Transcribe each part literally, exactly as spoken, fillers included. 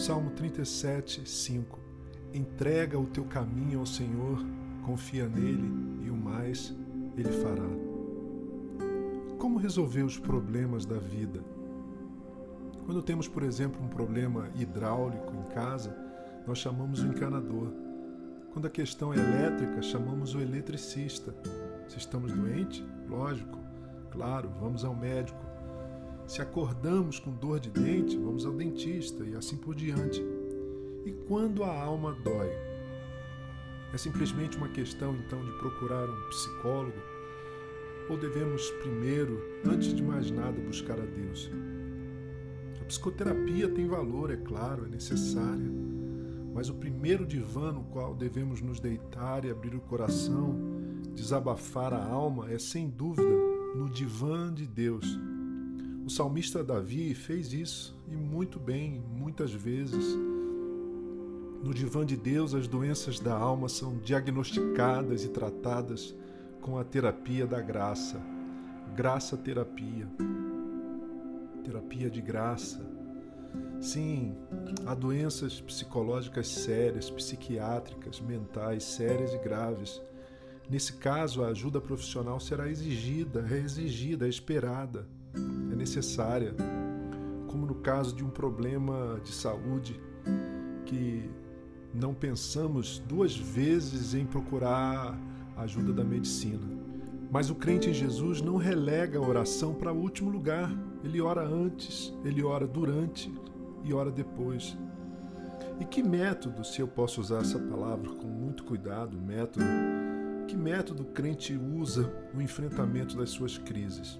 Salmo trinta e sete, cinco. Entrega o teu caminho ao Senhor, confia nele e o mais ele fará. Como resolver os problemas da vida? Quando temos, por exemplo, um problema hidráulico em casa, nós chamamos o encanador. Quando a questão é elétrica, chamamos o eletricista. Se estamos doentes, lógico, claro, vamos ao médico. Se acordamos com dor de dente, vamos ao dentista e assim por diante. E quando a alma dói? É simplesmente uma questão, então, de procurar um psicólogo? Ou devemos primeiro, antes de mais nada, buscar a Deus? A psicoterapia tem valor, é claro, é necessária. Mas o primeiro divã no qual devemos nos deitar e abrir o coração, desabafar a alma, é sem dúvida no divã de Deus. O salmista Davi fez isso, e muito bem, muitas vezes. No divã de Deus, as doenças da alma são diagnosticadas e tratadas com a terapia da graça. Graça-terapia. Terapia de graça. Sim, há doenças psicológicas sérias, psiquiátricas, mentais sérias e graves. Nesse caso, a ajuda profissional será exigida, é exigida, é esperada, é necessária. Como no caso de um problema de saúde que não pensamos duas vezes em procurar a ajuda da medicina. Mas o crente em Jesus não relega a oração para o último lugar. Ele ora antes, ele ora durante e ora depois. E que método, se eu posso usar essa palavra com muito cuidado, método, que método o crente usa no enfrentamento das suas crises?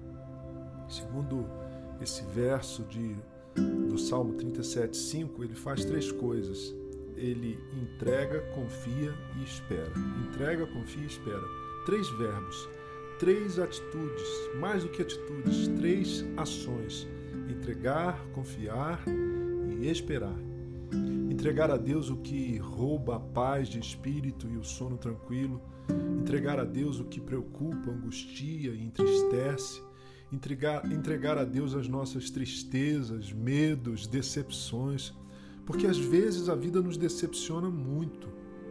Segundo esse verso de, do Salmo trinta e sete, cinco, ele faz três coisas. Ele entrega, confia e espera. Entrega, confia e espera. Três verbos, três atitudes, mais do que atitudes, três ações. Entregar, confiar e esperar. Entregar a Deus o que rouba a paz de espírito e o sono tranquilo. Entregar a Deus o que preocupa, angustia e entristece. Entregar, entregar a Deus as nossas tristezas, medos, decepções. Porque às vezes a vida nos decepciona muito.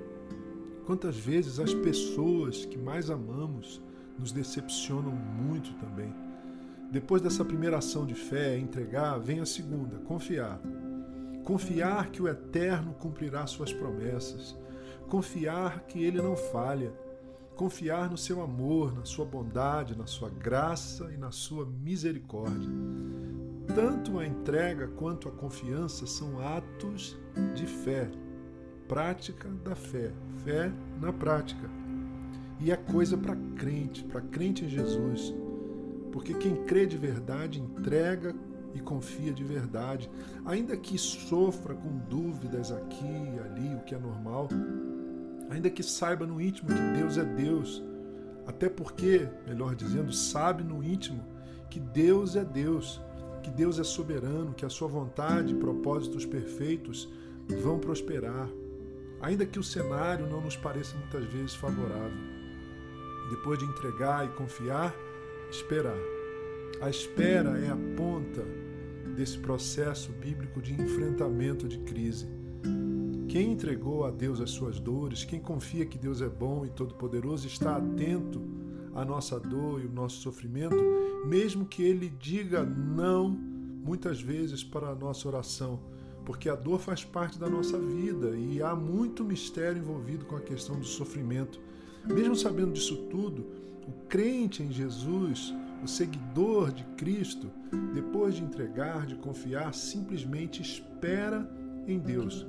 Quantas vezes as pessoas que mais amamos nos decepcionam muito também. Depois dessa primeira ação de fé, entregar, vem a segunda, confiar. Confiar que o Eterno cumprirá suas promessas. Confiar que Ele não falha. Confiar no seu amor, na sua bondade, na sua graça e na sua misericórdia. Tanto a entrega quanto a confiança são atos de fé, prática da fé, fé na prática. E é coisa para crente, para crente em Jesus. Porque quem crê de verdade entrega e confia de verdade, ainda que sofra com dúvidas aqui e ali, o que é normal, ainda que saiba no íntimo que Deus é Deus, até porque, melhor dizendo, sabe no íntimo que Deus é Deus, que Deus é soberano, que a sua vontade e propósitos perfeitos vão prosperar, ainda que o cenário não nos pareça muitas vezes favorável. Depois de entregar e confiar, esperar. A espera é a ponta desse processo bíblico de enfrentamento de crise. Quem entregou a Deus as suas dores, quem confia que Deus é bom e todo-poderoso, está atento à nossa dor e o nosso sofrimento, mesmo que Ele diga não, muitas vezes, para a nossa oração, porque a dor faz parte da nossa vida e há muito mistério envolvido com a questão do sofrimento. Mesmo sabendo disso tudo, o crente em Jesus, o seguidor de Cristo, depois de entregar, de confiar, simplesmente espera em Deus.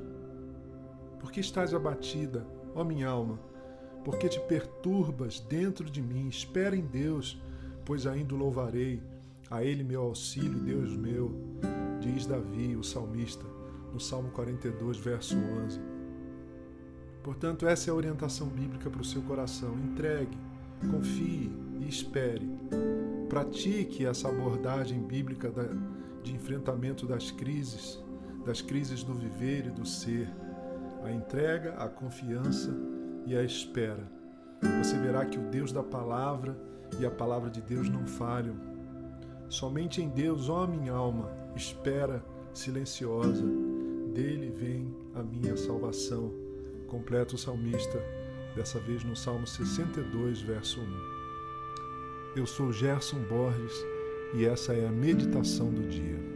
Porque estás abatida, ó minha alma? Porque te perturbas dentro de mim? Espera em Deus, pois ainda o louvarei. A Ele meu auxílio, Deus meu, diz Davi, o salmista, no Salmo quarenta e dois, verso onze. Portanto, essa é a orientação bíblica para o seu coração. Entregue, confie e espere. Pratique essa abordagem bíblica de enfrentamento das crises, das crises do viver e do ser. A entrega, a confiança e a espera. Você verá que o Deus da palavra e a palavra de Deus não falham. Somente em Deus, ó minha alma, espera silenciosa. salvação, completa o salmista, dessa vez no Salmo sessenta e dois, verso um. Eu sou Gerson Borges e essa é a meditação do dia.